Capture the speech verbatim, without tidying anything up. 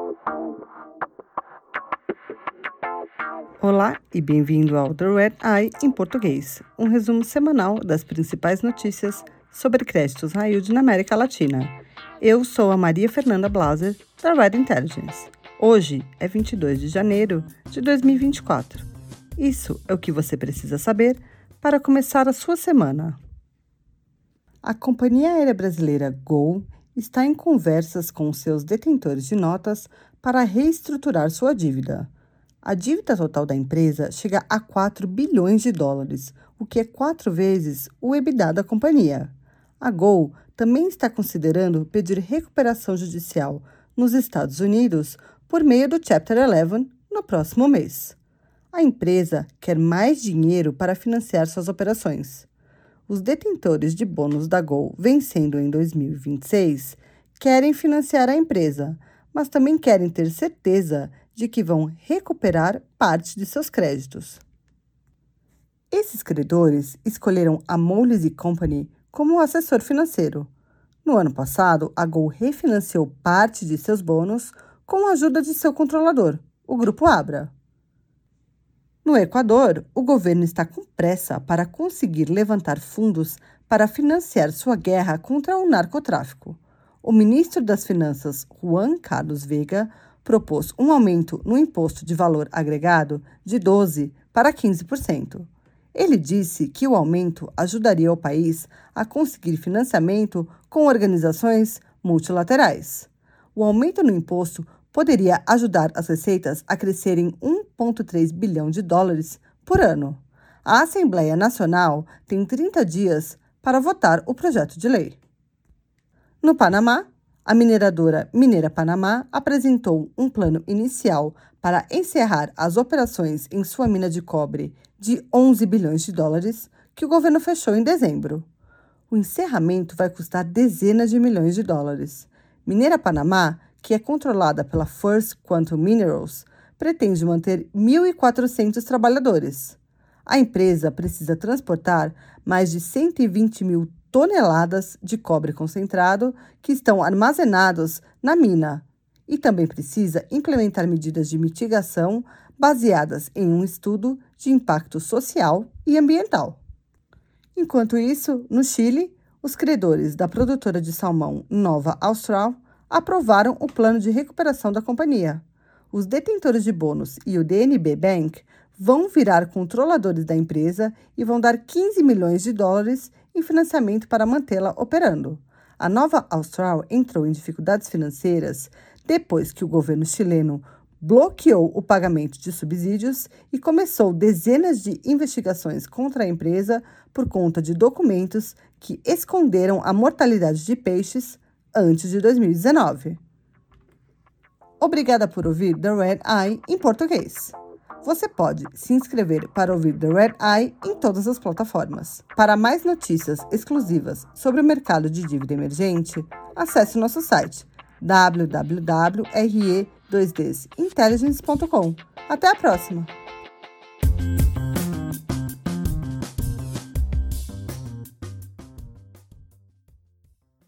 Olá e bem-vindo ao The Red Eye em português, um resumo semanal das principais notícias sobre créditos high yield na América Latina. Eu sou a Maria Fernanda Blaser, da Red Intelligence. Hoje é vinte e dois de janeiro de dois mil e vinte e quatro. Isso é o que você precisa saber para começar a sua semana. A companhia aérea brasileira Gol está em conversas com seus detentores de notas para reestruturar sua dívida. A dívida total da empresa chega a quatro bilhões de dólares, o que é quatro vezes o EBITDA da companhia. A Gol também está considerando pedir recuperação judicial nos Estados Unidos por meio do Chapter eleven no próximo mês. A empresa quer mais dinheiro para financiar suas operações. Os detentores de bônus da Gol vencendo em dois mil e vinte e seis querem financiar a empresa, mas também querem ter certeza de que vão recuperar parte de seus créditos. Esses credores escolheram a Moelis Company como assessor financeiro. No ano passado, a Gol refinanciou parte de seus bônus com a ajuda de seu controlador, o Grupo Abra. No Equador, o governo está com pressa para conseguir levantar fundos para financiar sua guerra contra o narcotráfico. O ministro das Finanças, Juan Carlos Vega, propôs um aumento no imposto de valor agregado de doze por cento para quinze por cento. Ele disse que o aumento ajudaria o país a conseguir financiamento com organizações multilaterais. O aumento no imposto poderia ajudar as receitas a crescerem um vírgula três bilhão de dólares por ano. A Assembleia Nacional tem trinta dias para votar o projeto de lei. No Panamá, a mineradora Minera Panamá apresentou um plano inicial para encerrar as operações em sua mina de cobre de onze bilhões de dólares, que o governo fechou em dezembro. O encerramento vai custar dezenas de milhões de dólares. Minera Panamá, que é controlada pela First Quantum Minerals, pretende manter mil e quatrocentos trabalhadores. A empresa precisa transportar mais de cento e vinte mil toneladas de cobre concentrado que estão armazenados na mina e também precisa implementar medidas de mitigação baseadas em um estudo de impacto social e ambiental. Enquanto isso, no Chile, os credores da produtora de salmão Nova Austral aprovaram o plano de recuperação da companhia. Os detentores de bônus e o D N B Bank vão virar controladores da empresa e vão dar quinze milhões de dólares em financiamento para mantê-la operando. A Nova Austral entrou em dificuldades financeiras depois que o governo chileno bloqueou o pagamento de subsídios e começou dezenas de investigações contra a empresa por conta de documentos que esconderam a mortalidade de peixes antes de dois mil e dezenove. Obrigada por ouvir The Red Eye em português. Você pode se inscrever para ouvir The Red Eye em todas as plataformas. Para mais notícias exclusivas sobre o mercado de dívida emergente, acesse o nosso site w w w ponto r e dois d intelligence ponto com. Até a próxima!